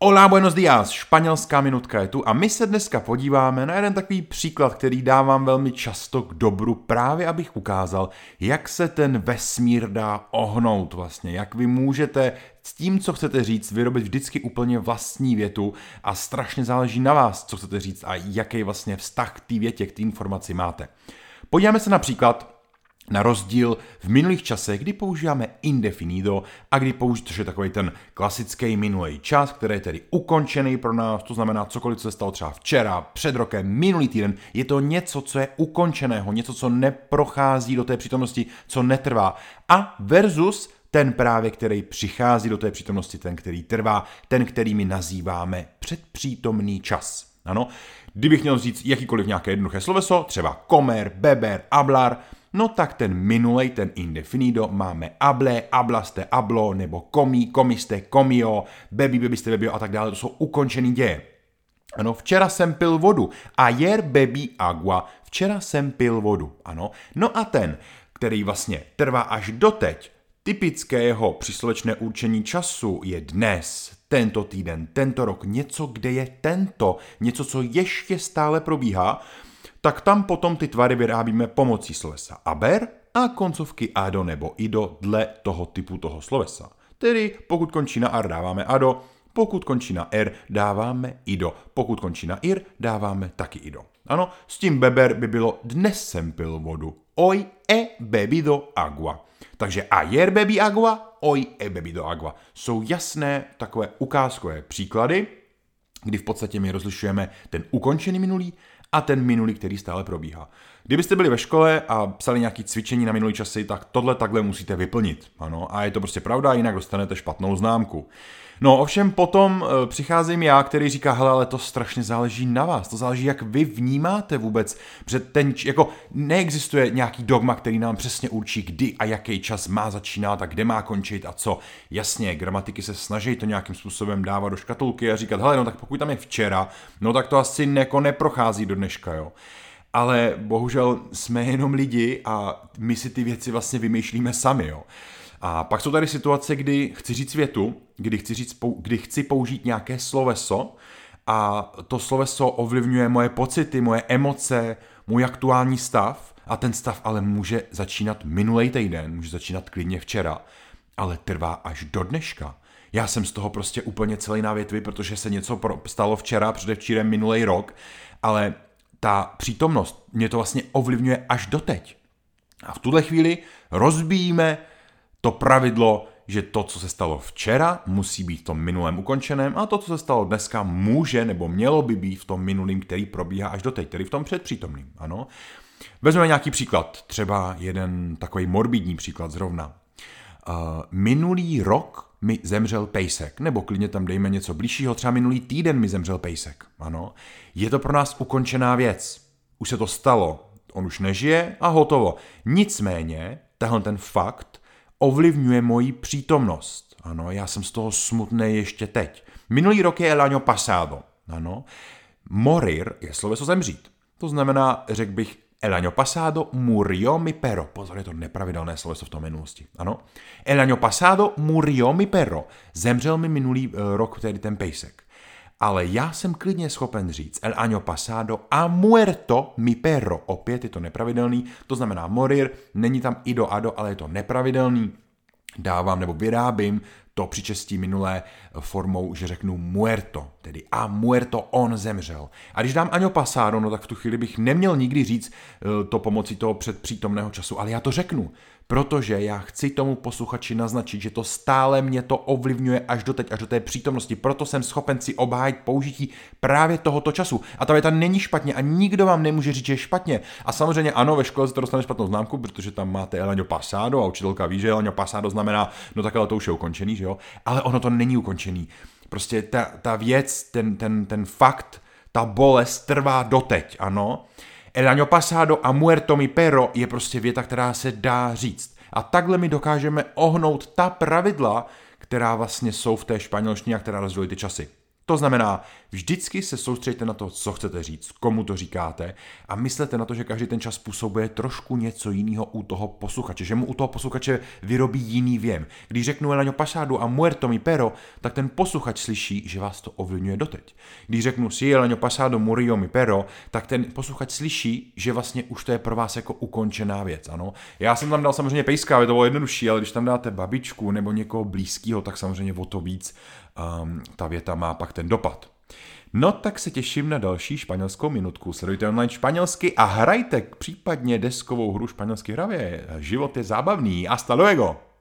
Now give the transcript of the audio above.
Hola, buenos días, španělská minutka je tu a my se dneska podíváme na jeden takový příklad, který dávám velmi často k dobru, právě abych ukázal, jak se ten vesmír dá ohnout vlastně, jak vy můžete s tím, co chcete říct, vyrobit vždycky úplně vlastní větu a strašně záleží na vás, co chcete říct a jaký vlastně vztah k té větě, k té informaci máte. Podíváme se například na rozdíl v minulých časech, kdy používáme indefinido a kdy používáme, což je takový ten klasický minulý čas, který je tedy ukončený pro nás, to znamená cokoliv, co se stalo třeba včera, před rokem, minulý týden, je to něco, co je ukončeného, něco, co neprochází do té přítomnosti, co netrvá. A versus ten právě, který přichází do té přítomnosti, ten, který trvá, ten, který my nazýváme předpřítomný čas. Ano, kdybych měl říct jakýkoliv nějaké jednoduché sloveso, třeba comer, beber, hablar, no tak ten minulej, ten indefinido, máme hable, hablaste, hablo, nebo comí, comiste, comio, bebi, bebiste, bebio a tak dále, to jsou ukončený děje. Ano, včera jsem pil vodu. Ayer bebí agua. Včera jsem pil vodu. Ano. No a ten, který vlastně trvá až doteď, typické jeho příslovečné určení času je dnes, tento týden, tento rok, něco, kde je tento, něco, co ještě stále probíhá, tak tam potom ty tvary vyrábíme pomocí slovesa aber a koncovky ado nebo ido dle toho typu toho slovesa. Tedy pokud končí na ar, dáváme ado, pokud končí na er, dáváme ido, pokud končí na ir, dáváme taky ido. Ano, s tím beber by bylo dnes jsem pil vodu. Hoy he bebido agua. Takže ayer bebí agua, hoy he bebido agua. Jsou jasné takové ukázkové příklady, kdy v podstatě my rozlišujeme ten ukončený minulý a ten minulý, který stále probíhá. Kdybyste byli ve škole a psali nějaké cvičení na minulý časy, tak tohle takhle musíte vyplnit. Ano, a je to prostě pravda, jinak dostanete špatnou známku. No ovšem potom přicházím já, který říká, hele, ale to strašně záleží na vás, to záleží, jak vy vnímáte vůbec, protože jako neexistuje nějaký dogma, který nám přesně určí, kdy a jaký čas má začínat a kde má končit a co. Jasně, gramatiky se snaží to nějakým způsobem dávat do škatulky a říkat, hele, no tak pokud tam je včera, no tak to asi neprochází do dneška, jo. Ale bohužel jsme jenom lidi a my si ty věci vlastně vymýšlíme sami, jo. A pak jsou tady situace, kdy chci říct větu, kdy chci použít nějaké sloveso a to sloveso ovlivňuje moje pocity, moje emoce, můj aktuální stav a ten stav ale může začínat minulej týden, může začínat klidně včera, ale trvá až do dneška. Já jsem z toho prostě úplně celý na větvi, protože se něco stalo včera, předevčírem, minulej rok, ale ta přítomnost mě to vlastně ovlivňuje až doteď. A v tuhle chvíli rozbíjíme to pravidlo, že to, co se stalo včera, musí být v tom minulém ukončeném a to, co se stalo dneska, může nebo mělo by být v tom minulým, který probíhá až doteď, tedy v tom předpřítomným. Ano. Vezmeme nějaký příklad, třeba jeden takový morbidní příklad zrovna. Minulý rok mi zemřel pejsek, nebo klidně tam dejme něco blížšího, třeba minulý týden mi zemřel pejsek. Ano. Je to pro nás ukončená věc. Už se to stalo, on už nežije a hotovo. Nicméně, tenhle ten fakt ovlivňuje moji přítomnost. Ano, já jsem z toho smutný ještě teď. Minulý rok je el año pasado. Ano. Morir je sloveso zemřít. To znamená, řekl bych, el año pasado murió mi perro. Pozor, je to nepravidelné sloveso v tom minulosti. Ano. El año pasado murió mi perro. Zemřel mi minulý rok tedy ten pejsek. Ale já jsem klidně schopen říct el año pasado ha muerto mi perro. Opět je to nepravidelný, to znamená morir, není tam ido, ado, ale je to nepravidelný. Dávám nebo vyrábím to příčestí minulé formou, že řeknu muerto, tedy a muerto, on zemřel. A když dám año pasado, no tak v tu chvíli bych neměl nikdy říct to pomocí toho předpřítomného času, ale já to řeknu, protože já chci tomu posluchači naznačit, že to stále mě to ovlivňuje až doteď, až do té přítomnosti, proto jsem schopen si obhájit použití právě tohoto času. A ta věta není špatně a nikdo vám nemůže říct, že je špatně. A samozřejmě ano, ve škole se to dostane špatnou známku, protože tam máte el año pasado a učitelka ví, že el año pasado znamená, no tak ale to už je ukončený, že jo? Ale ono to není ukončený. Prostě ta věc, ten fakt, ta bolest trvá doteď, ano. El año pasado ha muerto mi perro je prostě věta, která se dá říct. A takhle my dokážeme ohnout ta pravidla, která vlastně jsou v té španělštině a která rozdělují ty časy. To znamená, vždycky se soustřeďte na to, co chcete říct, komu to říkáte a myslete na to, že každý ten čas způsobuje trošku něco jiného u toho posluchače, že mu u toho posluchače vyrobí jiný věm. Když řeknu el año pasado a muerto mi pero, tak ten posluchač slyší, že vás to ovlivňuje doteď. Když řeknu si el año pasado murió mi pero, tak ten posluchač slyší, že vlastně už to je pro vás jako ukončená věc. Ano? Já jsem tam dal samozřejmě pejska, aby to bylo jednodušší, ale když tam dáte babičku nebo někoho blízkého, tak samozřejmě o to víc ta věta má pak ten dopad. No tak se těším na další španělskou minutku. Sledujte online španělsky a hrajte případně deskovou hru španělsky hravě. Život je zábavný. Hasta luego!